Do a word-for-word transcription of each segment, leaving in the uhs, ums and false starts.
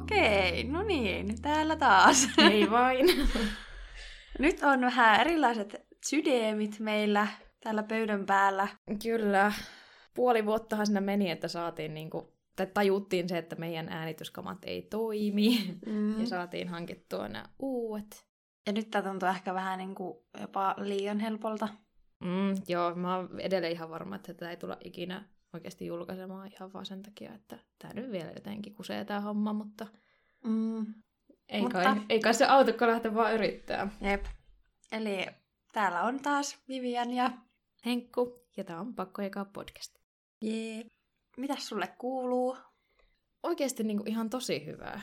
Okei, no niin, täällä taas. Ei vain. Nyt on vähän erilaiset sydämit meillä täällä pöydän päällä. Kyllä. Puoli vuottahan siinä meni, että saatiin niinku, tai tajuttiin se, että meidän äänityskamat ei toimi. Mm. Ja saatiin hankittua nämä uudet. Ja nyt tämä tuntuu ehkä vähän niin kuin jopa liian helpolta. Mm, joo, mä oon edelleen ihan varma, että tätä ei tulla ikinä oikeasti julkaisemaan ihan vaan sen takia, että tää nyt vielä jotenkin kusee tää homma, mutta mm. ei, mutta kai, ei kai se autakko lähteä vaan yrittää. Jep. Eli täällä on taas Vivian ja Henkku, ja tää on Pakko Jakaa podcast. Jee. Mitäs sulle kuuluu? Oikeasti niinku ihan tosi hyvää.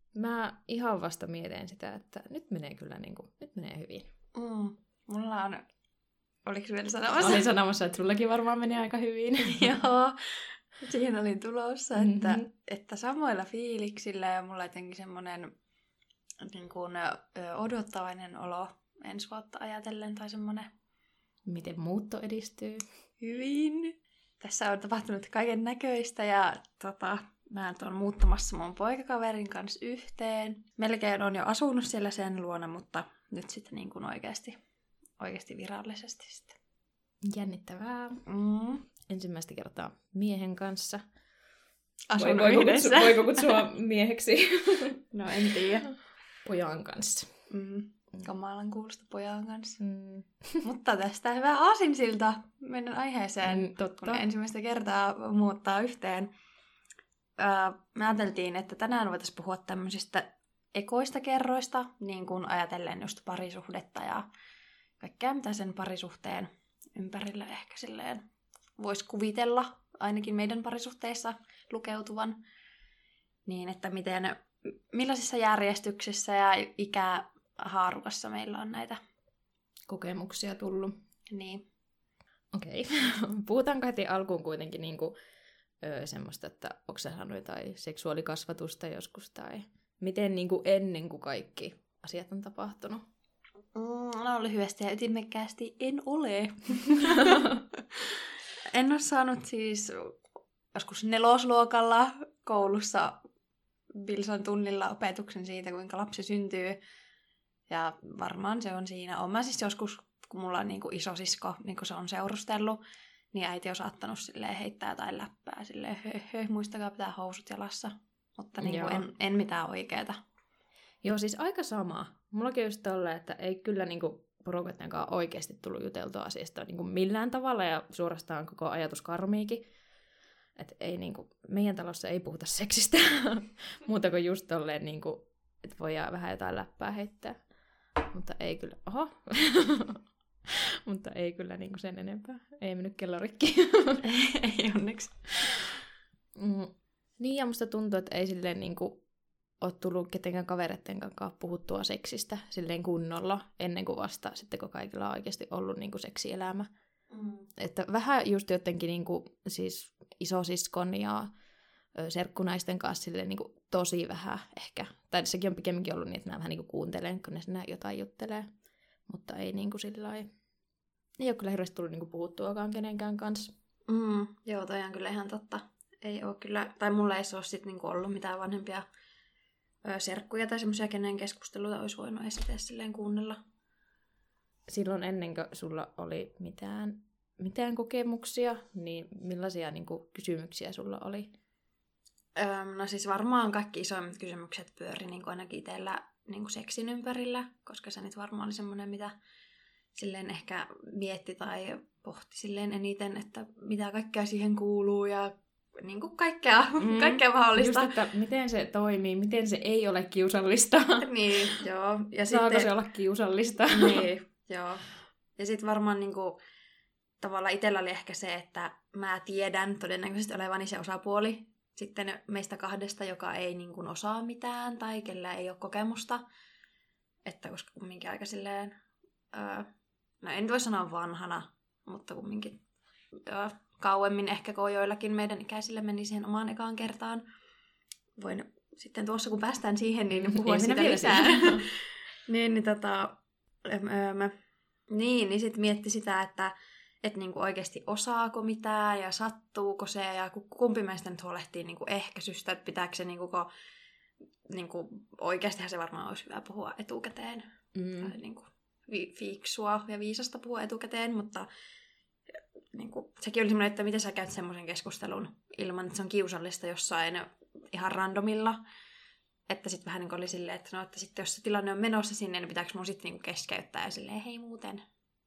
Mä ihan vasta mietin sitä, että nyt menee kyllä niinku, nyt menee hyvin. Mm. Mulla on... Oliko vielä sanomassa? Olin sanomassa, että sullakin varmaan menee aika hyvin. Joo. Siihen olin tulossa, että, Mm-hmm. että samoilla fiiliksillä ja mulla jotenkin semmoinen niin kuin, odottavainen olo ensi vuotta ajatellen tai semmoinen Miten muutto edistyy? hyvin. Tässä on tapahtunut kaiken näköistä ja tota, mä oon muuttamassa mun poikakaverin kanssa yhteen. Melkein on jo asunut siellä sen luona, mutta nyt sitten niin kuin oikeasti, oikeasti virallisesti sitten. Jännittävää. Mm. Ensimmäistä kertaa miehen kanssa. Asunut voiko, yhdessä. kutsua, voiko kutsua mieheksi? No en tiedä. Pojan kanssa. Mm. Kamalan kuulosta pojan kanssa. Mm. Mutta tästä hyvä aasinsilta mennään aiheeseen, Mm, totta. kun ensimmäistä kertaa muuttaa yhteen. Öö, me ajateltiin, että tänään voitaisiin puhua tämmöisistä ekoista kerroista, niin kuin ajatellen just parisuhdetta ja kaikkea, mitä sen parisuhteen ympärillä ehkä silleen voisi kuvitella, ainakin meidän parisuhteissa lukeutuvan. Niin, että miten, millaisissa järjestyksissä ja ikähaarukassa meillä on näitä Kokemuksia tullut. niin. Okei. Puhutaanko heti alkuun kuitenkin niinku, öö, semmoista, että onko sä saanut jotain seksuaalikasvatusta joskus, tai miten niinku ennen kuin kaikki asiat on tapahtunut? Mm, no lyhyesti ja ytimekkäästi en ole. En ole saanut siis joskus nelosluokalla koulussa Bilsan tunnilla opetuksen siitä, kuinka lapsi syntyy. Ja varmaan se on siinä. Olen mä siis joskus, kun mulla on niin kuin isosisko, niin kuin se on seurustellut, niin äiti on saattanut silleen heittää jotain läppää. Silleen, hö, hö, muistakaa pitää housut jalassa. Mutta niin kuin en, en mitään oikeeta. Joo, siis aika sama. Mullakin just tolleen, että ei kyllä niinku porukoiden kanssa oikeasti tullut juteltua asiasta niinku millään tavalla, ja suorastaan koko ajatus karmiikin. Että ei niinku, meidän talossa ei puhuta seksistä, muuta kuin just tolleen, niinku, että voidaan vähän jotain läppää heittää. Mutta ei kyllä, oho. Mutta ei kyllä niinku sen enempää. Ei mennyt kello rikki. Ei onneksi. Mm. Niin, ja musta tuntuu, että ei silleen niinku ole tullut ketenkään kavereiden kanssa puhuttua seksistä silleen kunnolla, ennen kuin vasta sitten, kun kaikilla on oikeasti ollut niinku seksielämä. Mm. Että vähän just jotenkin niinku, siis isosiskon ja ö, serkkunaisten kanssa silleen niinku, tosi vähän ehkä. Tai sekin on pikemminkin ollut niin, että nämä vähän niinku kuuntelen, kun ne sinä jotain juttelee. Mutta ei niinku sillai, ei ole kyllä hirveästi tullut niinku puhuttuakaan kenenkään kanssa. Mm, joo, toi on kyllä ihan totta. Ei ole kyllä, tai mulla ei ole sit niinku ollut mitään vanhempia ö, serkkuja tai semmoisia, kenen keskusteluita olisi voinut esittää silleen kuunnella. Silloin ennen kuin sulla oli mitään, mitään kokemuksia, niin millaisia niin kuin, kysymyksiä sulla oli? Öm, no siis varmaan kaikki isoimmat kysymykset pyöri niin kuin ainakin itsellä niin kuin seksin ympärillä, koska se nyt varmaan oli semmoinen, mitä silleen ehkä mietti tai pohti silleen eniten, että mitä kaikkea siihen kuuluu ja niin kuin kaikkea, mm, kaikkea mahdollista. Just, että miten se toimii, miten se ei ole kiusallista. Niin, joo. Ja saako sitten, se olla kiusallista? Niin, joo. Ja sitten varmaan niinku, tavallaan itsellä oli ehkä se, että mä tiedän todennäköisesti olevani se osapuoli sitten meistä kahdesta, joka ei niinku osaa mitään tai kellä ei ole kokemusta. Että koska kumminkin aika silleen, öö, no en voi sanoa vanhana, mutta kumminkin öö, kauemmin ehkä kuin joillakin meidän ikäisillä meni siihen omaan ekaan kertaan. Voin sitten tuossa, kun päästään siihen, niin puhua siitä lisää. niin, niin, tota, öö, niin, niin sitten mietti sitä, että et niinku oikeasti osaako mitään ja sattuuko se ja kumpi meistä nyt huolehtii niinku ehkäisystä, että pitääkö se niinku niin kuin, oikeastihan se varmaan olisi hyvä puhua etukäteen. Mm. Tai niin kuin, vi- fiiksua ja viisasta puhua etukäteen, mutta niin kuin, sekin oli semmoinen, että miten sä käyt semmoisen keskustelun ilman, että se on kiusallista jossain ihan randomilla. Että sitten vähän niin kuin oli silleen, että no, että sitten jos se tilanne on menossa sinne, niin pitääkö mun sitten niin keskeyttää ja silleen, hei muuten,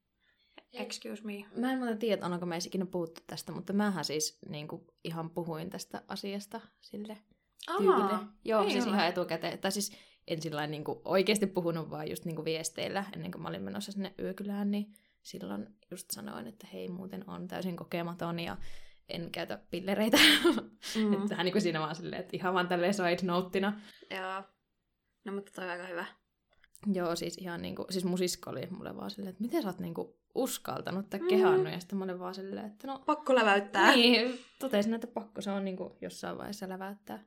excuse me. Mä en muuta tiedä, onko me ikinä puhuttu tästä, mutta mähän siis niin kuin, ihan puhuin tästä asiasta sille tyylille. Aa, Joo, ei siis ole. ihan etukäteen. Tai siis en sillä niin kuin, oikeasti puhunut, vaan just niin kuin viesteillä, ennen kuin mä olin menossa sinne yökylään, niin silloin just sanoin, että hei, muuten on täysin kokematon ja en käytä pillereitä. Mm. Että vähän niin kuin siinä vaan silleen, että ihan vaan tälleen side noteina. Joo. No mutta toi on aika hyvä. Joo, siis ihan niinku, siis mun sisko oli mulle vaan silleen, että miten sä oot niinku uskaltanut tai Mm. kehannut, ja sitten mä olin vaan silleen, että no... Pakko läväyttää. Niin, totesin, että pakko se on niinku jossain vaiheessa läväyttää.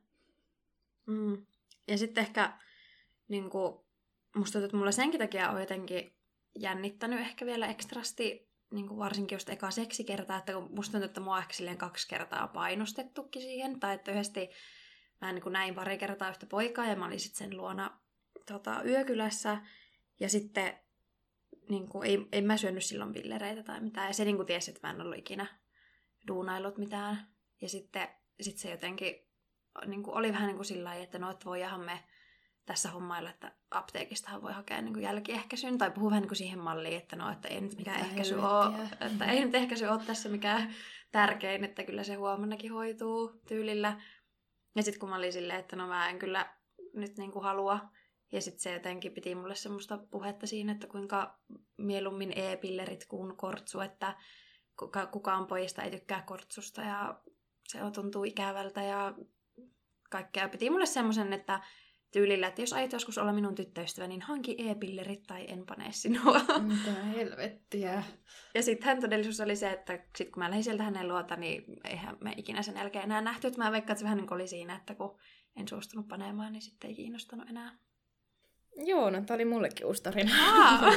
Mm. Ja sitten ehkä niin kuin, musta tuntuu, että mulla senkin takia on jotenkin jännittänyt ehkä vielä ekstrasti, niin kuin varsinkin just eka seksikertaa, että kun musta tuntuu, että mua ehkä silleen kaksi kertaa painostettukin siihen, tai että yhdesti mä niin kuin näin pari kertaa yhtä poikaa, ja mä olin sitten sen luona tota, yökylässä, ja sitten niin kuin, ei, en mä syönyt silloin pillereitä tai mitään, ja se niin kuin tiesi, että mä en ollut ikinä duunaillut mitään, ja sitten sit se jotenkin niin kuin, oli vähän niin kuin sillä lailla, että no, että voidahan me tässä hommailla, että apteekistahan voi hakea niin kuin jälkiehkäisyn, tai puhuu vähän niin kuin siihen malliin, että no, että ei nyt mikään Mitä ehkäisy helvettiä. ole, että ei nyt ehkäisy ole tässä mikään tärkein, että kyllä se huomennakin hoituu tyylillä. Ja sitten kun mä olin silleen, että no mä en kyllä nyt niin kuin halua, ja sitten se jotenkin piti mulle semmoista puhetta siinä, että kuinka mieluummin e-pillerit kuin kortsu, että kuka, kukaan pojista ei tykkää kortsusta, ja se tuntuu ikävältä, ja kaikkea. Piti mulle semmoisen, että tyylillä, että jos aiot joskus olla minun tyttöystävä, niin hanki e-pillerit tai en pane sinua. Mitä helvettiä. Ja sittenhän todellisuus oli se, että sit kun mä lähdin sieltä hänen luota, niin eihän me ikinä sen jälkeen enää nähty. Että mä veikkaan, että se vähän niin kuin oli siinä, että kun en suostunut panemaan, niin sitten ei kiinnostanut enää. Joo, no tää oli mullekin uusi tarina. Aa!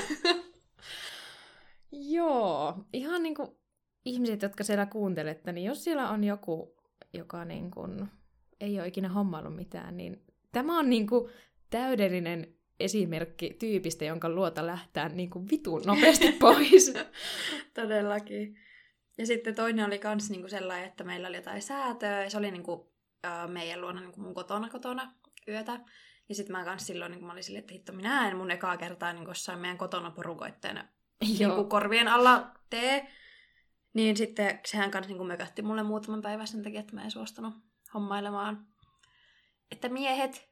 Joo, ihan niinku ihmiset, jotka siellä kuuntelette, niin jos siellä on joku, joka niinku ei ole ikinä hommaillut mitään, niin tämä on niinku täydellinen esimerkki tyypistä, jonka luota lähtää niinku vitun nopeasti pois. Todellakin. Ja sitten toinen oli kans niinku sellainen, että meillä oli jotain säätöä, ja se oli niinku, äh, meidän luona niinku mun kotona kotona yötä. Ja sitten mä kans silloin niinku, mä olin silleen, että hitto, minä en mun ekaa kertaa niinku, jossain meidän kotona porukoitteena niinku, korvien alla tee. Niin sitten sehän kans niinku, mökötti mulle muutaman päivän sen takia, että mä en suostunut hommailemaan. Että miehet,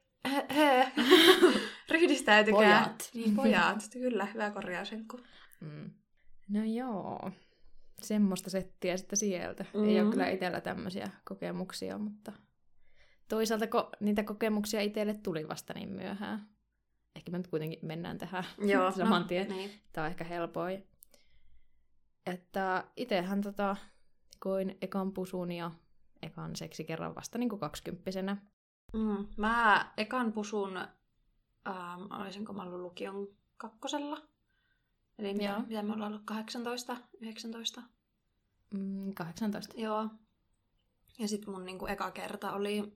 ryhdistäytykää. Pojat. Niin, pojat. Kyllä, hyvä korjaushenkku. Mm. No joo, semmoista settiä sitten sieltä. Mm. Ei ole kyllä itsellä tämmöisiä kokemuksia, mutta toisaalta ko- niitä kokemuksia itselle tuli vasta niin myöhään. Ehkä me nyt kuitenkin mennään tähän Joo, saman no, tien. niin. Tämä on ehkä helpoin. Että itsehän tota, koin ekan pusun ja ekan seksikerran vasta niin kuin kaksikymppisenä. Mm. Mä ekan pusun, ähm, olisinko mä ollut lukion kakkosella? Eli mitä, Joo. mitä me ollaan ollut, kahdeksantoista, yhdeksäntoista? Mm, kahdeksantoista. Joo. Ja sit mun niinku eka kerta oli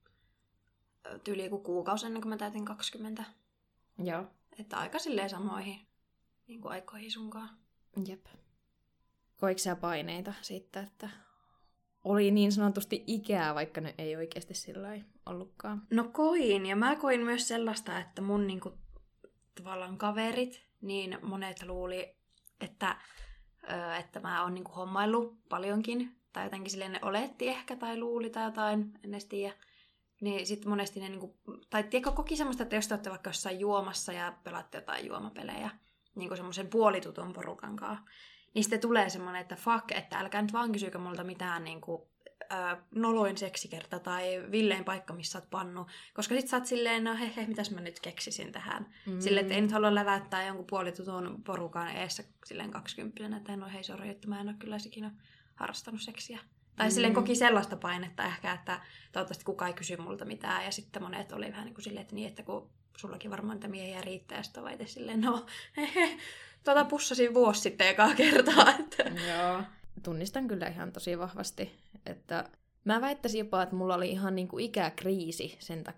ö, tyyli joku kuukausi ennen kuin mä täytin kaksikymmentä. Joo. Että aika silleen samoihin niinku aikoihin sunkaan. Jep. Koiko sä paineita siitä, että oli niin sanotusti ikää, vaikka ne ei oikeasti sillä ei ollutkaan? No koin, ja mä koin myös sellaista, että mun niinku, tavallaan kaverit, niin monet luuli, että, ö, että mä oon niinku hommaillut paljonkin, tai jotenkin silleen ne oletti ehkä, tai luuli tai jotain, en edes tiedä. Niin sit monesti ne niinku, tai tiedätkö, koki semmoista, että jos te olette vaikka jossain juomassa ja pelaatte jotain juomapelejä, niinku semmoisen puolitutun porukan kanssa, niin sitten tulee semmoinen, että fuck, että älkää nyt vaan kysykö multa mitään niinku, ö, noloin seksikerta tai villein paikka, missä oot pannu. Koska sit sä oot silleen, no he he, mitäs mä nyt keksisin tähän. Mm. Silleen, että ei nyt halua läväyttää jonkun puolitutun porukan eessä silleen kaksikymppisenä, että no hei sori, että mä en ole kyllä ikinä harrastanut seksiä. Tai mm. silleen koki sellaista painetta ehkä, että toivottavasti kukaan ei kysy multa mitään. Ja sitten monet oli vähän niin kuin silleen, että niin, että kun sullakin varmaan niitä miehiä riittää, ja sitten on itse silleen, no hehe, tuota pussasin vuosi sitten ekaa kertaa. Että. Joo. Tunnistan kyllä ihan tosi vahvasti, että mä väittäisin jopa, että mulla oli ihan niinku ikäkriisi sen takia,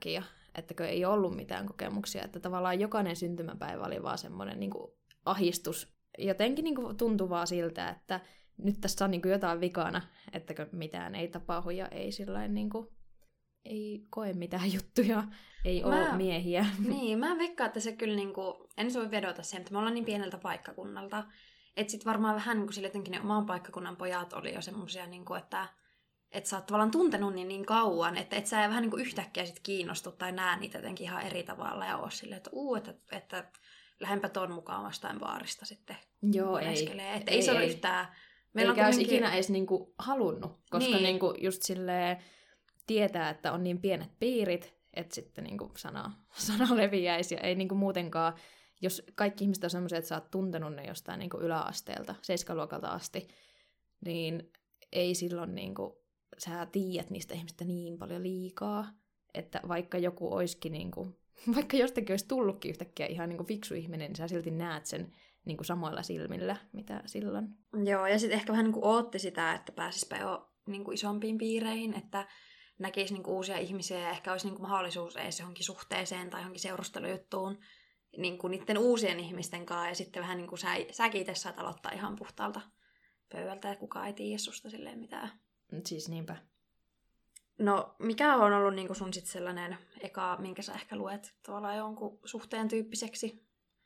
että kun ei ollut mitään kokemuksia, että tavallaan jokainen syntymäpäivä oli vaan semmoinen niin kuin ahistus. Jotenkin niin kuin tuntui vaan siltä, että nyt tässä on niin kuin jotain vikana, että mitään ei tapahdu ja ei sillain niin kuin, ei koe mitään juttuja, ei mä, ole miehiä. Niin, mä veikkaan, että se kyllä niin kuin, en voi vedota sen, että me ollaan niin pieneltä paikkakunnalta, että sit varmaan vähän niin kuin sille jotenkin ne oman paikkakunnan pojat oli jo semmosia, niin kuin, että että sä oot tavallaan tuntenut niin, niin kauan, että et sä vähän niin kuin yhtäkkiä sit kiinnostu tai näe niitä jotenkin ihan eri tavalla ja oo silleen, että uu, että, että lähdenpä ton mukaan vastaan baarista sitten. Joo, ei. Että ei, ei se ole yhtään. Meillä eikä olisi ikinä edes niinku halunnut, koska niin. niinku just silleen tietää, että on niin pienet piirit, että sitten niinku sana, sana leviäisi ja ei niinku muutenkaan, jos kaikki ihmiset on semmoisia, että sä oot tuntenut ne jostain niinku yläasteelta, seiskaluokalta asti, niin ei silloin niinku, sä tiedät niistä ihmistä niin paljon liikaa, että vaikka joku olisikin, niinku, vaikka jostakin olisi tullutkin yhtäkkiä ihan niinku fiksu ihminen, niin sä silti näet sen niinku samoilla silmillä, mitä silloin. Joo, ja sitten ehkä vähän niinku ootti sitä, että pääsisipä jo niinku isompiin piireihin, että näkisi niinku uusia ihmisiä ja ehkä olisi niinku mahdollisuus edes johonkin suhteeseen tai johonkin seurustelujuttuun niinku niiden uusien ihmisten kanssa, ja sitten vähän niin kuin sä, säkin itse saat aloittaa ihan puhtaalta pöydältä, ja kukaan ei tiedä susta silleen mitään. Siis niinpä. No, mikä on ollut niinku sun sit sellainen eka, minkä sä ehkä luet tavallaan jonkun suhteen tyyppiseksi?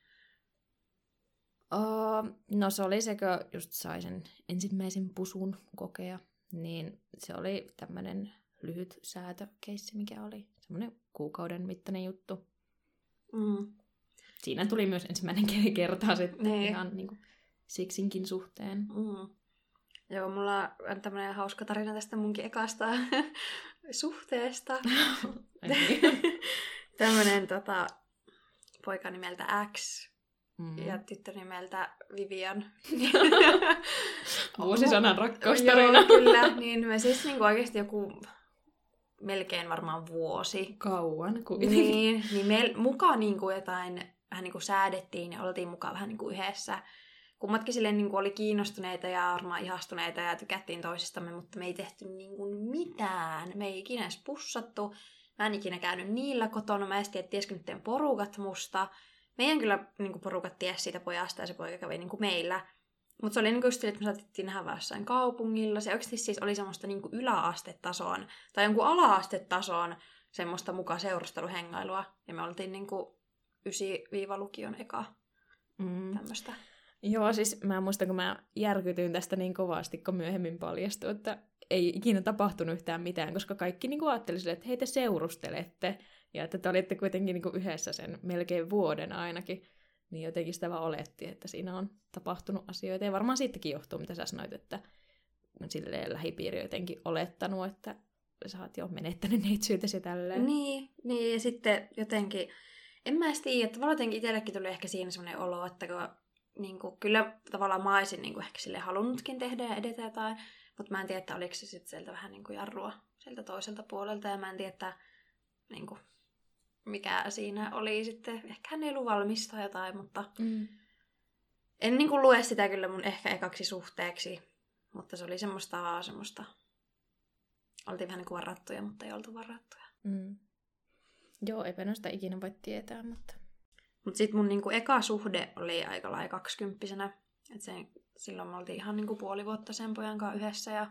Uh, no se oli se, kun just sai sen ensimmäisen pusun kokea, niin se oli tämmöinen lyhyt säätökeissi, mikä oli semmoinen kuukauden mittainen juttu. Mm. Siinä tuli myös ensimmäinen kerta sitten nee. ihan niin kuin siksinkin suhteen. Mm. Joo, mulla on tämmöinen hauska tarina tästä munkin ekasta suhteesta. Tämmöinen tota, poika nimeltä X mm. ja tyttö nimeltä Vivian. Vuosisadan rakkaustarina. Joo, kyllä. Niin me siis niinku oikeasti joku melkein varmaan vuosi. Kauan kuitenkin. Niin, niin me mukaan niinku jotain vähän niinku säädettiin ja oltiin mukaan vähän niinku yhdessä. Kummatkin silleen niinku oli kiinnostuneita ja varmaan ihastuneita ja tykättiin toisistamme, mutta me ei tehty niinku mitään. Me ei ikinä edes pussattu. Mä en ikinä käynyt niillä kotona. Mä en tiedä, tiesikö nyt porukat musta. Meidän kyllä niinku porukat tiesi siitä pojasta ja se poika kävi niinku meillä. Mutta se oli niinku just sille, että me saatettiin nähdä vaan jossain kaupungilla. Se oikeasti siis oli semmoista niinku yläastetasoon tai jonkun ala-astetasoon semmoista mukaan seurusteluhengailua. Ja me oltiin niinku ysi-lukion eka mm. tämmöistä. Joo, siis mä muistan, kun mä järkytyin tästä niin kovasti, kun myöhemmin paljastui, että ei ikinä tapahtunut yhtään mitään, koska kaikki niin ajatteli silleen, että hei te seurustelette, ja että te olitte kuitenkin niin yhdessä sen melkein vuoden ainakin, niin jotenkin sitä vaan olettiin, että siinä on tapahtunut asioita, ja varmaan siitäkin johtuu, mitä sä sanoit, että silleen lähipiiri on jotenkin olettanut, että sä oot jo menettänyt neitsyytesi tälleen. Niin, niin, ja sitten jotenkin, en mä edes tiedä, että jotenkin itsellekin tuli ehkä siinä semmoinen olo, että kun niin kuin, kyllä tavallaan mä olisin niin kuin ehkä sille halunnutkin tehdä ja edetä jotain, mutta mä en tiedä, että oliko se sitten sieltä vähän niin kuin jarrua sieltä toiselta puolelta, ja mä en tiedä, että niin kuin, mikä siinä oli sitten, ehkä hän ei ollut valmis tai jotain, mutta mm. en niin kuin lue sitä kyllä mun ehkä ekaksi suhteeksi, mutta se oli semmoista vaan semmoista, oltiin vähän niin kuin varattuja, mutta ei oltu varattuja. Mm. Joo, eipä noista ikinä voi tietää, mutta... Mutta sitten mun niinku eka suhde oli aika lailla kaksikymppisenä. Et sen, silloin me oltiin ihan niinku puoli vuotta sen pojan kanssa yhdessä. Ja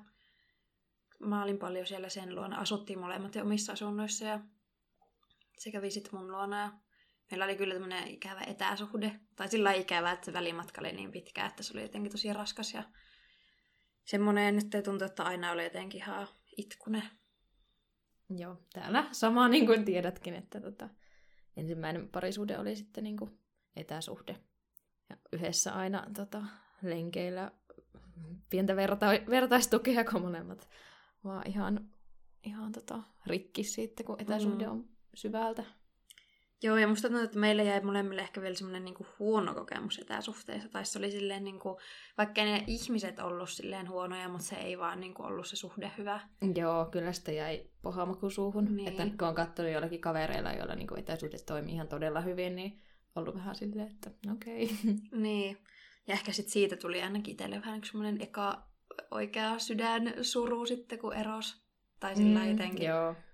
mä olin paljon siellä sen luona. Asuttiin molemmat jo omissa asunnoissa. Ja se kävi sitten mun luona. Ja meillä oli kyllä tämmönen ikävä etäsuhde. Tai sillä lailla ikävä, että se välimatka oli niin pitkä, että se oli jotenkin tosi raskas. Ja semmoinen, että tuntui, että aina oli jotenkin ihan itkunen. Joo, täällä sama niin kuin tiedätkin, että tota... ensimmäinen parisuhde oli sitten niin kuin etäsuhde. Ja yhdessä aina tota, lenkeillä pientä verta- vertaistukea, kun molemmat vaan ihan, ihan tota, rikki siitä, kun etäsuhde on syvältä. Joo, ja musta tuntuu, että meille jäi molemmille ehkä vielä semmoinen niinku huono kokemus etäsuhteessa. Tai se oli silleen, niinku, vaikka ne ihmiset ollut silleen huonoja, mutta se ei vaan niinku ollut se suhde hyvä. Joo, kyllä sitä jäi pohamaku suuhun. Niin. Että kun on katsonut jollakin kavereilla, joilla niinku etäsuhde toimii ihan todella hyvin, niin ollut vähän silleen, että okei. Okay. Niin, ja ehkä sit siitä tuli ainakin itselle vähän semmoinen eka oikea sydän suru sitten, kun eros. Tai sillä mm, jotenkin. Joo.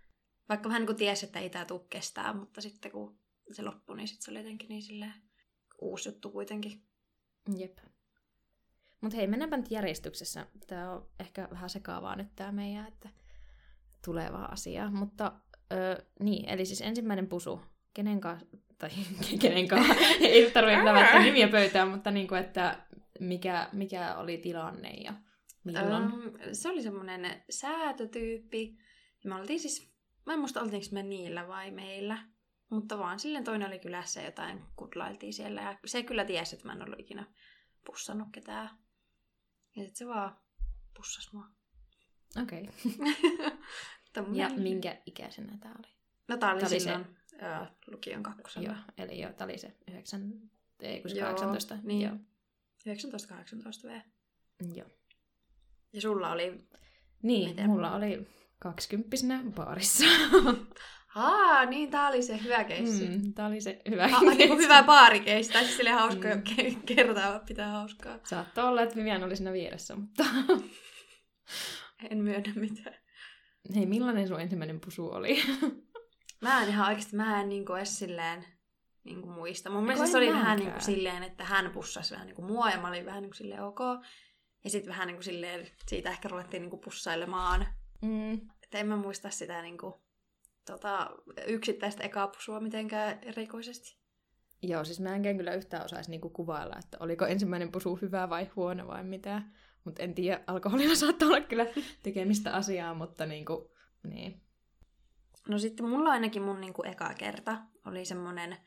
Vaikka vähän niin kuin tiesi, että ei tää tuu kestää, mutta sitten kun se loppui, niin sitten se oli jotenkin niin silleen uusi juttu kuitenkin. Jep. Mut hei, mennäänpä nyt järjestyksessä. Tää on ehkä vähän sekaavaa nyt tää meidän, että tulevaa asiaa. Mutta öö, niin, eli siis ensimmäinen pusu. Kenen kanssa, tai kenen kanssa, ei tarvitse lävättää nimiä pöytään, mutta niinku, että mikä, mikä oli tilanne ja milloin? Um, se oli semmoinen säätötyyppi. Ja me oltiin siis, mä en muista oltiinko me niillä vai meillä, mutta vaan silleen toinen oli kylässä jotain kudlailtiin siellä. Ja se kyllä tiesi, että mä en ollut ikinä pussannut ketään. Ja sit se vaan pussasi mua. Okei. Okay. Ja minkä ikäisenä tää oli? No tää oli tää silloin se... ö, lukion kakkosella. Joo, eli joo, tää oli se yhdeksän, ei kun se joo, kahdeksantoista. Niin. Joo. yhdeksäntoista kahdeksantoista V. Joo. Ja sulla oli... Niin, miten? mulla oli kaksikymppisenä baarissa. Aa, niin tää oli se hyvä keissi. Mm, tää oli se hyvä Ah, keissi. niin hyvä baarikeissi. Tai siis silleen hauska Mm. mm. kertaa pitää hauskaa. Saattoi olla, että Vivian oli siinä vieressä, mutta... En myönnä mitään. Hei, millainen sun ensimmäinen pusu oli? Mä en ihan oikeesti, mä en niinku edes silleen niinku muista. Mun mielestä en se oli mäkään. vähän niinku silleen, että hän pussasi vähän niinku mua ja mä olin vähän niinku silleen ok. Ja sit vähän niinku silleen, siitä ehkä ruvettiin niinku pussailemaan. Mm. Että en mä muista sitä niinku, tota, yksittäistä ekaa pusua mitenkään erikoisesti. Joo, siis mä enkään kyllä yhtään osaisi niinku kuvailla, että oliko ensimmäinen pusu hyvä vai huono vai mitä. Mutta en tiedä, alkoholilla saattaa olla kyllä tekemistä asiaa, mutta niinku, niin. No sitten mulla ainakin mun niinku eka kerta oli semmonen,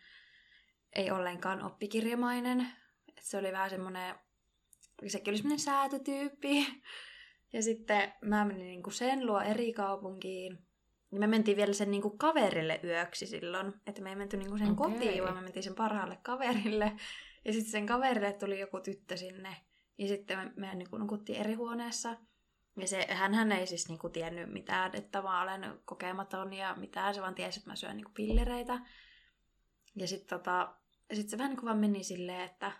ei ollenkaan oppikirjamainen. Et se oli vähän semmonen, sekin oli semmonen säätötyyppi. Ja sitten mä menin niinku sen luo eri kaupunkiin. Ja me mentiin vielä sen niinku kaverille yöksi silloin. Että me ei menty niinku sen Okei. kotiin, vaan me mentiin sen parhaalle kaverille. Ja sitten sen kaverille tuli joku tyttö sinne. Ja sitten me, me niinku nukuttiin eri huoneessa. Ja se, hänhän ei siis niinku tiennyt mitään, että mä olen kokematon ja mitään. Se vaan tiesi, että mä syön niinku pillereitä. Ja sitten tota, sit se vähän niinku vaan meni silleen, että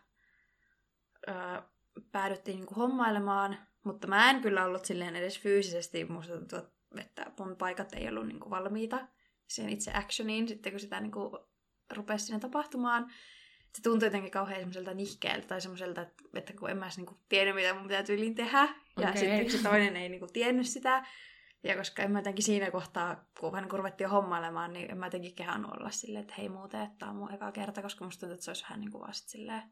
öö, päädyttiin niinku hommailemaan. Mutta mä en kyllä ollut silleen edes fyysisesti. Musta tuntuu, että mun paikat ei ollut niinku valmiita siihen itse actioniin. Sitten kun sitä niinku rupesi siinä tapahtumaan, se tuntui jotenkin kauhean semmoiselta nihkeeltä tai semmoiselta, että, että kun en mä edes niinku tiennyt, mitä mun pitää tyyliin tehdä. Ja Okei. sitten se toinen ei niinku tiennyt sitä. Ja koska en mä jotenkin siinä kohtaa, kun vähän ruvettiin jo hommailemaan, niin en mä jotenkin kehannut olla silleen, että hei muuten, että tää on mun eka kerta, koska musta tuntuu, että se olisi vähän niinku vaan sit silleen...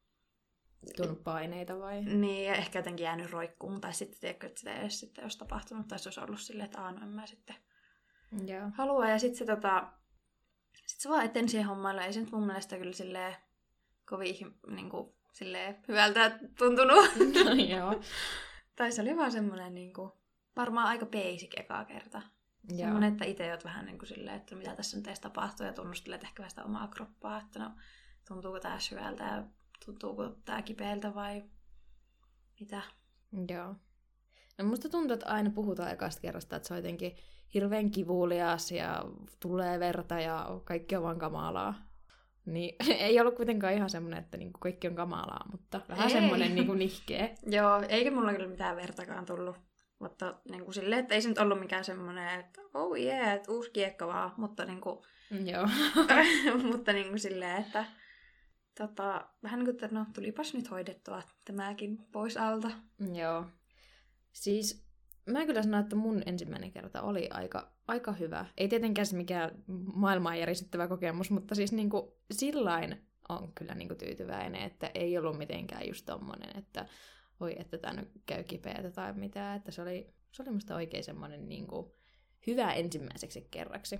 Tullut paineita vai? Niin, ja ehkä jotenkin jäänyt roikkuun, tai sitten tiedätkö, että sitä ei edes sitten olisi tapahtunut, tai se olisi ollut silleen, että aah, no en mä sitten Joo. halua. Ja sitten se, tota, sit se vaan eteni siihen hommaille, ei se nyt mun mielestä kyllä silleen kovin niin kuin, silleen hyvältä tuntunut. No, joo. Tai se oli vaan semmoinen niin kuin, varmaan aika basic ekaa kerta. Joo. Semmoinen, että itse oot vähän niin kuin silleen, että mitä tässä nyt edes tapahtuu, ja tunnustelet ehkä vähän sitä omaa kroppaa, että no, tuntuuko tää syvältä, ja tuntuuko tää kipeältä vai mitä. Joo. No musta tuntuu, että aina puhutaan ekasta kerrasta, että se on jotenkin hirveän kivulias ja tulee verta ja kaikki on vaan kamalaa. Niin ei ollut kuitenkaan ihan semmoinen, että niinku kaikki on kamalaa, mutta vähän Ei. semmoinen niinku nihkeä. Joo, eikä mulla kyllä mitään vertakaan tullut. Mutta niin kuin silleen, että ei se nyt ollut mikään semmoinen, että oh yeah, että uusi kiekka vaan. Mutta, niin kuin, Joo. mutta niin kuin silleen, että tota, vähän niin kuin, että no tulipas nyt hoidettua tämäkin pois alta. Joo. Siis mä kyllä sanon, että mun ensimmäinen kerta oli aika, aika hyvä. Ei tietenkään se mikään maailmaa järisyttävä kokemus, mutta siis niinku sillain on kyllä niinku tyytyväinen, että ei ollut mitenkään just tommonen, että voi, että tää nyt käy kipeätä tai mitään. Että se oli, se oli musta oikein semmonen niinku hyvä ensimmäiseksi kerraksi.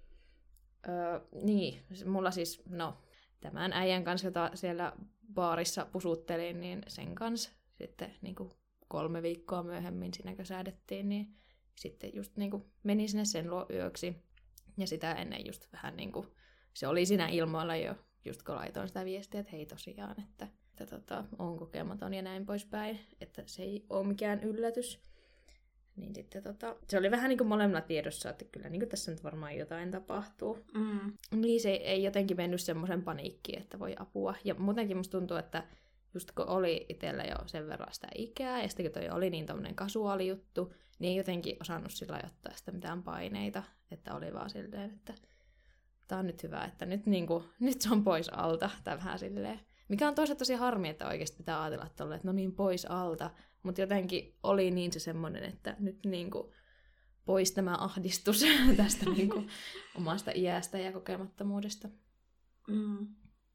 Öö, niin, mulla siis, no, tämän äijän kanssa, jota siellä baarissa pusuttelin, niin sen kanssa sitten niinku kolme viikkoa myöhemmin siinä kun säädettiin, niin sitten just niinku meni sinne sen luo yöksi. Ja sitä ennen just vähän niinku, se oli siinä ilmoilla jo, just kun laitoin sitä viestiä, että hei tosiaan, että, että tota, on kokematon ja näin poispäin, että se ei ole mikään yllätys. Niin sitten tota, se oli vähän niin kuin molemmilla tiedossa, että kyllä niin kuin tässä nyt varmaan jotain tapahtuu. Mm. Niin se ei jotenkin mennyt semmoisen paniikkiin, että voi apua. Ja muutenkin musta tuntuu, että just kun oli itsellä jo sen verran sitä ikää, ja sitten kun toi oli niin tommonen kasuaali juttu, niin ei jotenkin osannut sillä ottaa sitä mitään paineita, että oli vaan silleen, että tää on nyt hyvä, että nyt, niinku, nyt se on pois alta, tai vähän silleen. Mikä on toisaalta tosi harmi, että oikeasti pitää ajatella, että, olle, että no niin, pois alta, mutta jotenkin oli niin se semmoinen, että nyt niinku pois tämä ahdistus tästä niinku omasta iästä ja kokemattomuudesta. Mm.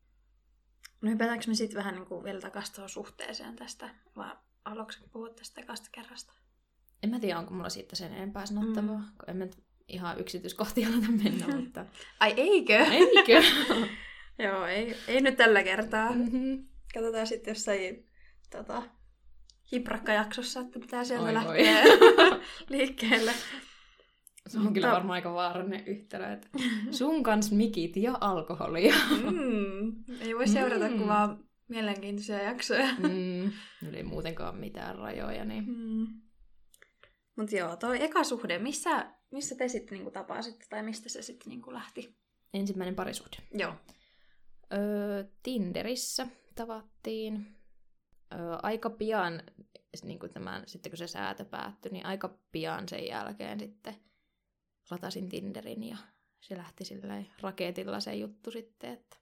No hypätäänkö me sitten vähän niinku vielä takaisin tuohon suhteeseen tästä, vai haluatko puhua tästä ekasta kerrasta? En mä tiedä, onko mulla siitä sen enempää sanottavaa, mm. kun en mä ihan yksityiskohtia aleta mennä, mutta... Ai eikö? Eikö? Joo, ei, ei nyt tällä kertaa. Mm-hmm. Katsotaan sitten jossain tota, hiprakkajaksossa, että pitää sieltä oi, lähteä liikkeelle. Se on mutta... kyllä varmaan aika vaarallinen yhtälö, että sun kans mikit ja alkoholia. Mm, ei voi seurata mm. kuin vaan mielenkiintoisia jaksoja. Mm, ei muutenkaan mitään rajoja. Niin... Mm. Mutta joo, toi eka suhde, missä, missä te sitten niinku tapasitte tai mistä se sitten niinku lähti? Ensimmäinen parisuhde. Joo. Öö, Tinderissä tavattiin. Öö, aika pian, niin kuin tämän, sitten kun se säätö päättyi, niin aika pian sen jälkeen sitten latasin Tinderin ja se lähti silleen raketilla se juttu sitten, että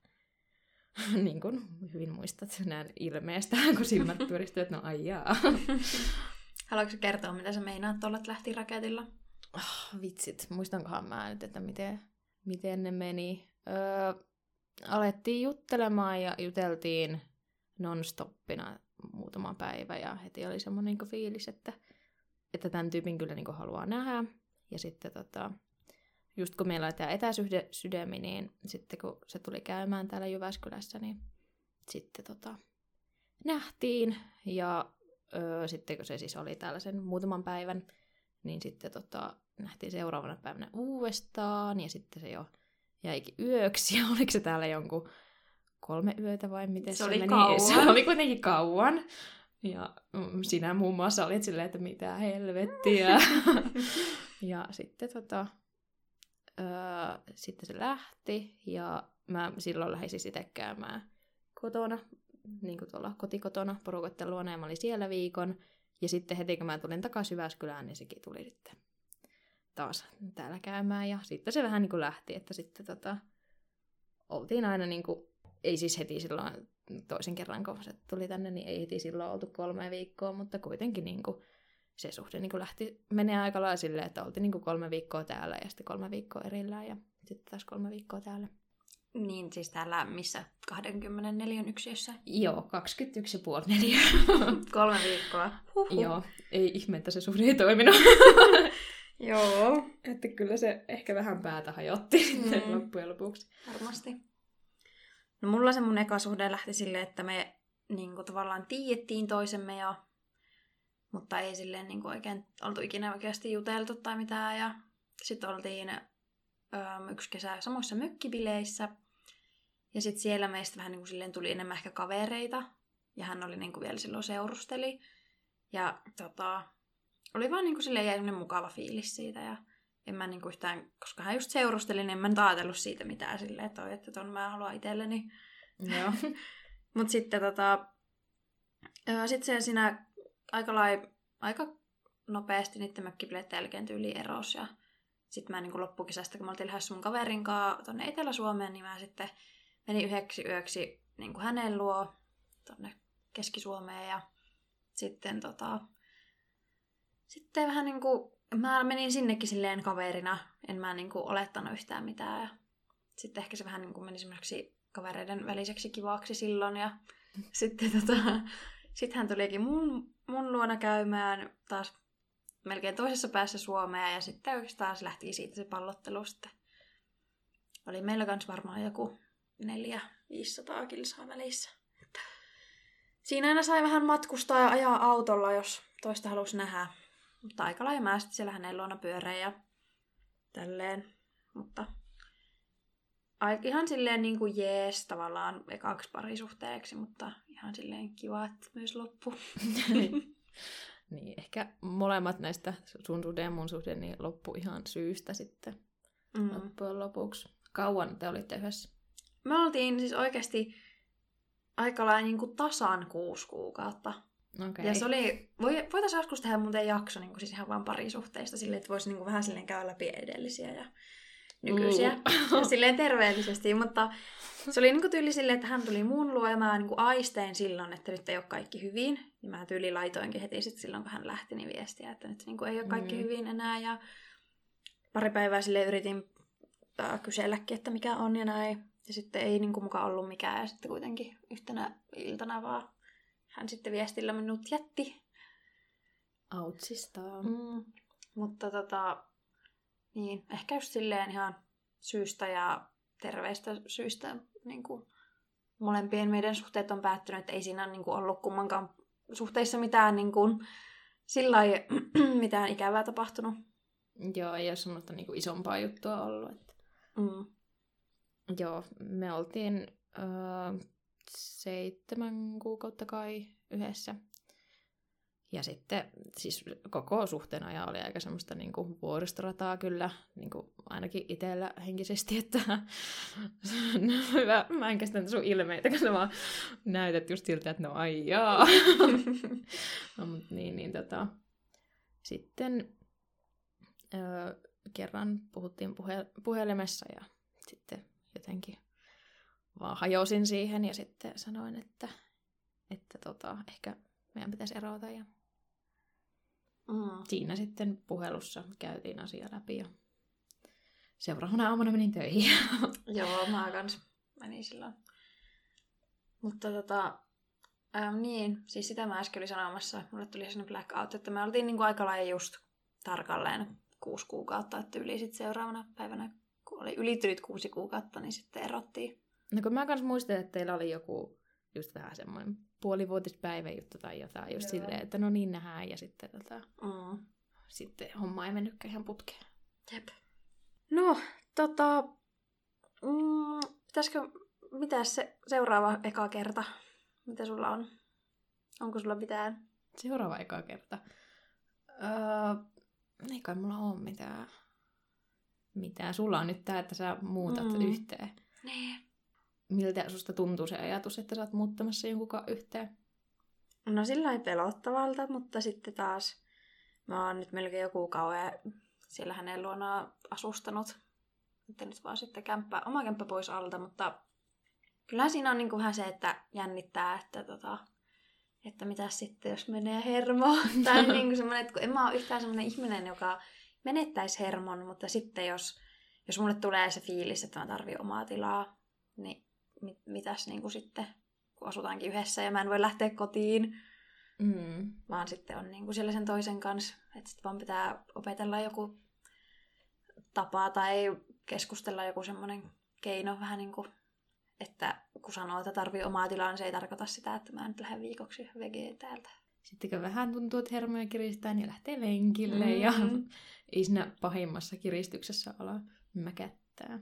niin kuin hyvin muistat näin ilmeestä, kun silmät pyöristyy, että no ai jaa. Haluatko kertoa, mitä sä meinaat tuolla, että lähti raketilla? Oh, vitsit, muistankohan mä nyt, että miten, miten ne meni. Öö, alettiin juttelemaan ja juteltiin non-stoppina muutama päivä ja heti oli semmoinen niin fiilis, että, että tämän tyypin kyllä niin haluaa nähdä. Ja sitten tota, just kun meillä oli tämä etäsydämi, niin sitten kun se tuli käymään täällä Jyväskylässä, niin sitten tota, nähtiin. Ja öö, sitten kun se siis oli täällä sen muutaman päivän, niin sitten tota, nähtiin seuraavana päivänä uudestaan. Ja sitten se jo jäikin yöksi. Ja oliko se täällä jonkun kolme yötä vai miten se, se oli meni? kauan. Se oli kuitenkin kauan. Ja sinä muun muassa olit silleen, että mitä helvettiä. Ja sitten, tota, öö, sitten se lähti ja mä silloin lähdin siis itse käymään kotona, niin kuin tuolla kotikotona porukoitten luona ja mä olin siellä viikon. Ja sitten heti kun mä tulin takaisin Jyväskylään, niin sekin tuli sitten taas täällä käymään. Ja sitten se vähän niin kuin lähti, että sitten tota, oltiin aina niin kuin, ei siis heti silloin toisen kerran, kun se tuli tänne, niin ei heti silloin oltu kolme viikkoa, mutta kuitenkin niin kuin se suhde niin kuin lähti menee aika lailla silleen, että oltiin niin kuin kolme viikkoa täällä ja sitten kolme viikkoa erillään ja sitten taas kolme viikkoa täällä. Niin, siis täällä missä? kaksikymmentäneljä yksiössä? Joo, kaksikymmentäyksi pilkku viisi neljä. Kolme viikkoa. Huhhuh. Joo, ei ihme, että se suhde ei toiminut. Joo. Että kyllä se ehkä vähän päätä hajotti sitten mm. loppujen lopuksi. Varmasti. No mulla se mun eka suhde lähti silleen, että me niin kuin, tavallaan tiedettiin toisemme jo, mutta ei silleen niin kuin, oikein oltu ikinä oikeasti juteltu tai mitään. Ja sitten oltiin ö, yksi kesä samoissa mökkibileissä. Ja sitten siellä meistä vähän niin kuin, silleen tuli enemmän ehkä kavereita. Ja hän oli niin kuin, vielä silloin seurusteli. Ja tota, oli vaan niin kuin, silleen jäi mukava fiilis siitä. Ja en mä niin kuin, yhtään, koska hän just seurusteli, niin en mä nyt ajatellut siitä mitään silleen, että toi, että ton mä haluan itselleni. Joo. Mut sitten tota, sit se siinä aika, lai, aika nopeasti niiden mökkibileiden jälkeen tyyliin erosi. Ja sit mä niin kuin loppukesästä, kun mä oltiin lähdössä mun kaverin kanssa tonne Etelä-Suomeen, niin mä sitten menin yhdeksi yöksi niin kuin hänen luo tonne Keski-Suomeen. Ja sitten tota, sitten vähän niin kuin mä menin sinnekin silleen kaverina, en mä niin kuin olettanut yhtään mitään. Ja sitten ehkä se vähän niin kuin meni semmoiseksi kavereiden väliseksi kivaksi silloin. Ja sitten tota, sit hän tulikin mun, mun luona käymään taas melkein toisessa päässä Suomea. Ja sitten oikeastaan se lähti siitä se pallottelu sitten. Oli meillä kans varmaan joku neljä viisisataa kilsaa välissä. Siinä aina sai vähän matkustaa ja ajaa autolla, jos toista halusi nähdä. Mutta aika lailla mä sitten siellä hänen luona pyörein ja tälleen. Mutta ihan silleen niin kuin jees tavallaan ekaksi parisuhteeksi, mutta ihan silleen kiva, että myös loppu. Niin, ehkä molemmat näistä sun suhde ja mun suhde niin loppu ihan syystä sitten mm. loppujen lopuksi. Kauan te olitte yhdessä? Me oltiin siis oikeasti aika lailla niin kuin tasan kuusi kuukautta. Okay. Ja se oli, voitaisiin joskus tehdä muuten jakso, niin kuin siis ihan vaan parisuhteista, silleen, että voisi niin kuin vähän silleen käydä läpi edellisiä ja nykyisiä. Uh. Ja silleen terveellisesti, mutta se oli niin kuin tyyli silleen, että hän tuli mun luo ja mä niin kuin aistein silloin, että nyt ei ole kaikki hyvin. Ja mä tyyli laitoinkin heti sit silloin, kun hän lähti, niin viestiä, että nyt niin kuin ei ole kaikki mm. hyvin enää. Ja pari päivää silleen yritin äh, kyselläkin, että mikä on ja näin. Ja sitten ei niin kuin mukaan ollut mikään ja sitten kuitenkin yhtenä iltana vaan hän sitten viestillä minut jätti. Autsista. Mm, mutta tota, niin, ehkä just silleen ihan syystä ja terveistä syistä niin kuin molempien meidän suhteet on päättynyt, että ei siinä niin kuin ollut kummankaan suhteissa mitään niin kuin, sillai, mitään ikävää tapahtunut. Joo, ei ole semmoista niin kuin isompaa juttua ollut. Että... Mm. Joo, me oltiin öö, seitsemän kuukautta kai yhdessä. Ja sitten siis koko suhteen ajan oli aika semmoista niin kuin vuoristorataa kyllä, niin kuin ainakin itsellä henkisesti, että no, hyvä, mä en käsitä sun ilmeitä, kun sä vaan näytät just siltä, että no ai jaa. No, mutta niin, niin tota. Sitten öö, kerran puhuttiin puhe- puhelimessa ja sitten jotenkin vaan hajosin siihen ja sitten sanoin, että, että tota, ehkä meidän pitäisi erota. Ja mm. siinä sitten puhelussa käytiin asia läpi ja seuraavana aamuna menin töihin. Joo, mä kans menin silloin. Mutta tota, ähm, niin, siis sitä mä äsken olin sanomassa. Mulle tuli sellainen blackout, että me oltiin niinku aika lailla just tarkalleen kuusi kuukautta, että yli sitten seuraavana päivänä, kun oli ylitynyt kuusi kuukautta, niin sitten erottiin. No kun mä kans muistin, että teillä oli joku just vähän semmoinen puolivuotispäivä juttu tai jotain, just Joo. silleen, että no niin nähdään, ja sitten, tota, mm. sitten homma ei mennytkään ihan putkeen. Jep. No, tota, mm, pitäisikö, mitäs se seuraava eka kerta? Mitä sulla on? Onko sulla mitään? Seuraava eka kerta? Öö, ei kai mulla ole mitään. Mitään. Sulla on nyt tää, että sä muutat mm. yhteen. Niin. Miltä susta tuntuu se ajatus, että sä oot muuttamassa jonkunkaan yhteen? No sillä ei pelottavalta, mutta sitten taas mä oon nyt melkein joku kauan siellä hänen luonaan asustanut. Että nyt vaan sitten kämppä, oma kämppä pois alta, mutta kyllähän siinä on niinku vähän se, että jännittää, että, tota, että mitä sitten, jos menee hermoon. Tai niinku semmoinen, että kun en mä ole yhtään semmoinen ihminen, joka menettäisi hermon, mutta sitten jos, jos mulle tulee se fiilis, että mä tarvitsen omaa tilaa, niin mit, mitäs niinku sitten, kun asutaankin yhdessä ja mä en voi lähteä kotiin, mm. vaan sitten on niinku siellä sen toisen kanssa, että sitten vaan pitää opetella joku tapa tai keskustella joku semmoinen keino vähän niin kuin, että kun sanoo, että tarvii omaa tilaa, niin se ei tarkoita sitä, että mä nyt lähden viikoksi vegeen täältä. Sitten kun vähän tuntuu, että hermoja kiristää, niin lähtee lenkille mm-hmm. ja ei siinä pahimmassa kiristyksessä ala mäkättää.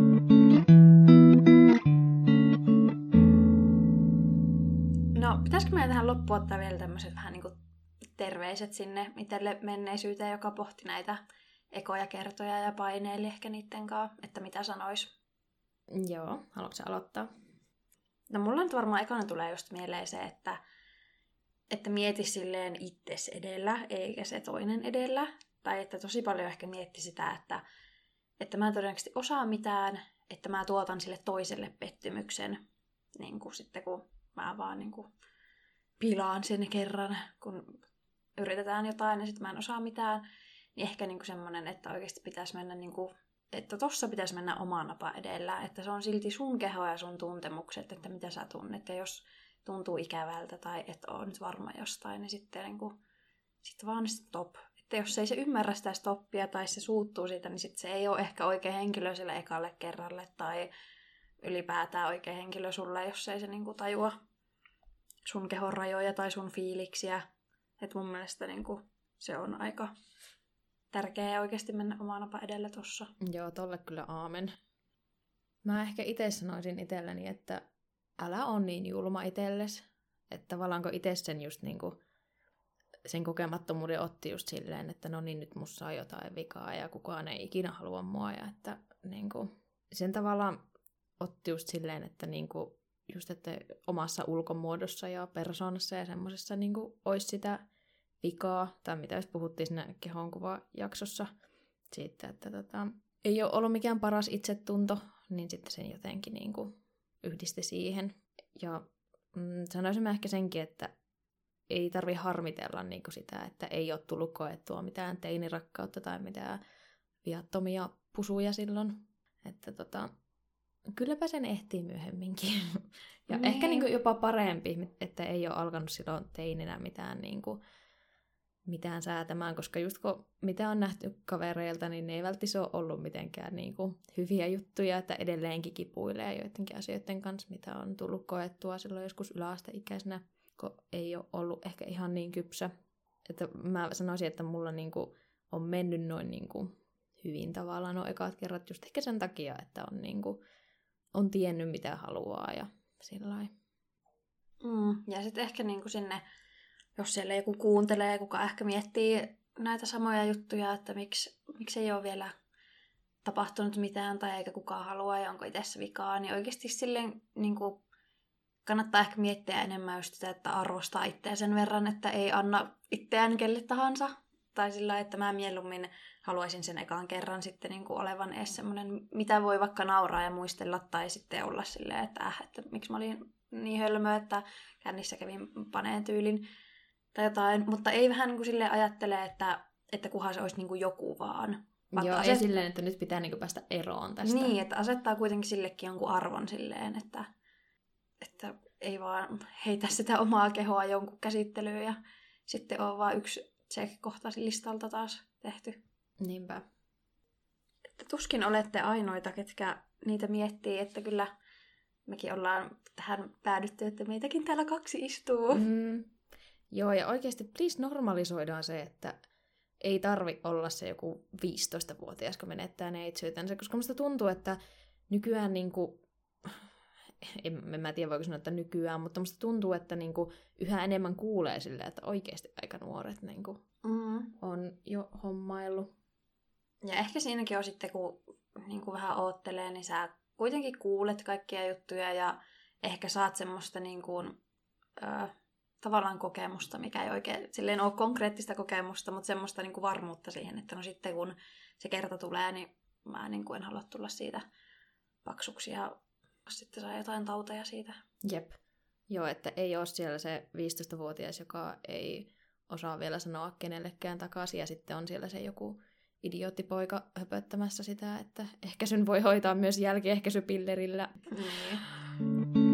No, pitäisikö meidän tähän loppuun ottaa vielä tämmöiset vähän niin kuin terveiset sinne itselle menneisyyteen, joka pohti näitä ekoja kertoja ja paineili ehkä niitten kanssa, että mitä sanois? Joo, haluatko aloittaa? No mulla nyt varmaan ekana tulee just mieleen se, että, että mieti silleen itses edellä, eikä se toinen edellä. Tai että tosi paljon ehkä mietti sitä, että, että mä en todennäköisesti osaa mitään, että mä tuotan sille toiselle pettymyksen, niin kuin sitten kun mä vaan niin kuin pilaan sen kerran, kun yritetään jotain ja sitten mä en osaa mitään. Niin ehkä niinku semmoinen, että oikeasti pitäisi mennä, niinku, että tossa pitäisi mennä oma napa edellä. Että se on silti sun keho ja sun tuntemukset, että mitä sä tunnet. Ja jos tuntuu ikävältä tai et ole nyt varma jostain, niin sitten niinku, sit vaan stop. Että jos ei se ymmärrä sitä stoppia tai se suuttuu siitä, niin sitten se ei ole ehkä oikea henkilö sille ekalle kerralle. Tai ylipäätään oikea henkilö sulle, jos ei se niinku tajua sun kehon rajoja tai sun fiiliksiä. Että mun mielestä niinku, se on aika tärkeää oikeasti mennä omaa napa edellä tossa. Joo, tolle kyllä aamen. Mä ehkä itse sanoisin itselleni, että älä on niin julma itsellesi. Että tavallaan kun itse sen just niinku, sen kokemattomuuden otti just silleen, että no niin, nyt musta on jotain vikaa ja kukaan ei ikinä halua mua. Ja että niinku, sen tavallaan otti just silleen, että niinku, just, että omassa ulkomuodossa ja persoonassa ja semmoisessa niin olisi sitä vikaa, tai mitä jos puhuttiin siinä kehonkuvajaksossa siitä, että tota, ei ole ollut mikään paras itsetunto, niin sitten sen jotenkin niin kuin yhdisti siihen. Ja mm, sanoisin ehkä senkin, että ei tarvi harmitella niin kuin sitä, että ei ole tullut koettua mitään teinirakkautta tai mitään viattomia pusuja silloin. Että tota, kylläpä sen ehtii myöhemminkin. Ja niin. ehkä niin kuin jopa parempi, että ei ole alkanut silloin teininä mitään, niin kuin, mitään säätämään, koska just kun mitä on nähty kavereilta, niin ne ei välttämättä ole ollut mitenkään niin kuin hyviä juttuja, että edelleenkin kipuilee joidenkin asioiden kanssa, mitä on tullut koettua silloin joskus yläasteikäisenä, kun ei ole ollut ehkä ihan niin kypsä. Että mä sanoisin, että mulla niin kuin on mennyt noin niin kuin hyvin tavallaan nuo ekat kerrat just ehkä sen takia, että on, niin kuin, on tiennyt mitä haluaa ja sillain. Mm, ja sitten ehkä niin kuin sinne, jos siellä joku kuuntelee, kuka ehkä miettii näitä samoja juttuja, että miksi, miksi ei ole vielä tapahtunut mitään tai eikä kukaan halua ja onko itsessä vikaa, niin oikeasti silleen niin kuin kannattaa ehkä miettiä enemmän just sitä, että arvostaa itseä sen verran, että ei anna itseään kelle tahansa. Tai sillä, että mä mieluummin haluaisin sen ekaan kerran sitten niin kuin olevan edes semmoinen, mitä voi vaikka nauraa ja muistella, tai sitten olla silleen, että äh, että miksi mä olin niin hölmö, että kännissä kävin paneen tyylin tai jotain. Mutta ei vähän niin kuin silleen ajattele, että, että kunhan se olisi niin kuin joku vaan. Vaikka Joo, aset... ei silleen, että nyt pitää niin kuin päästä eroon tästä. Niin, että asettaa kuitenkin sillekin jonkun arvon silleen, että, että ei vaan heitä sitä omaa kehoa jonkun käsittelyyn ja sitten on vaan yksi check-kohta listalta taas tehty. Niinpä. Että tuskin olette ainoita, ketkä niitä miettii, että kyllä mekin ollaan tähän päädytty, että meitäkin täällä kaksi istuu. Mm. Joo, ja oikeasti please normalisoidaan se, että ei tarvi olla se joku viisitoistavuotias, kun menettää neitsyytensä, koska musta tuntuu, että nykyään niinku, en, en mä tiedä voiko sanoa, että nykyään, mutta musta tuntuu, että niinku yhä enemmän kuulee silleen, että oikeasti aika nuoret niinku mm. on jo hommaillut. Ja ehkä siinäkin on sitten, kun niin kuin vähän oottelee, niin sä kuitenkin kuulet kaikkia juttuja ja ehkä saat semmoista niin kuin, ö, tavallaan kokemusta, mikä ei oikein silleen ole konkreettista kokemusta, mutta semmoista niin kuin varmuutta siihen, että no sitten kun se kerta tulee, niin mä niin kuin en halua tulla siitä paksuksi ja sitten saa jotain tauteja siitä. Jep. Joo, että ei ole siellä se viisitoistavuotias, joka ei osaa vielä sanoa kenellekään takaisin, ja sitten on siellä se joku idioottipoika höpöttämässä sitä, että ehkäisyn voi hoitaa myös jälkiehkäisypillerillä. Niin.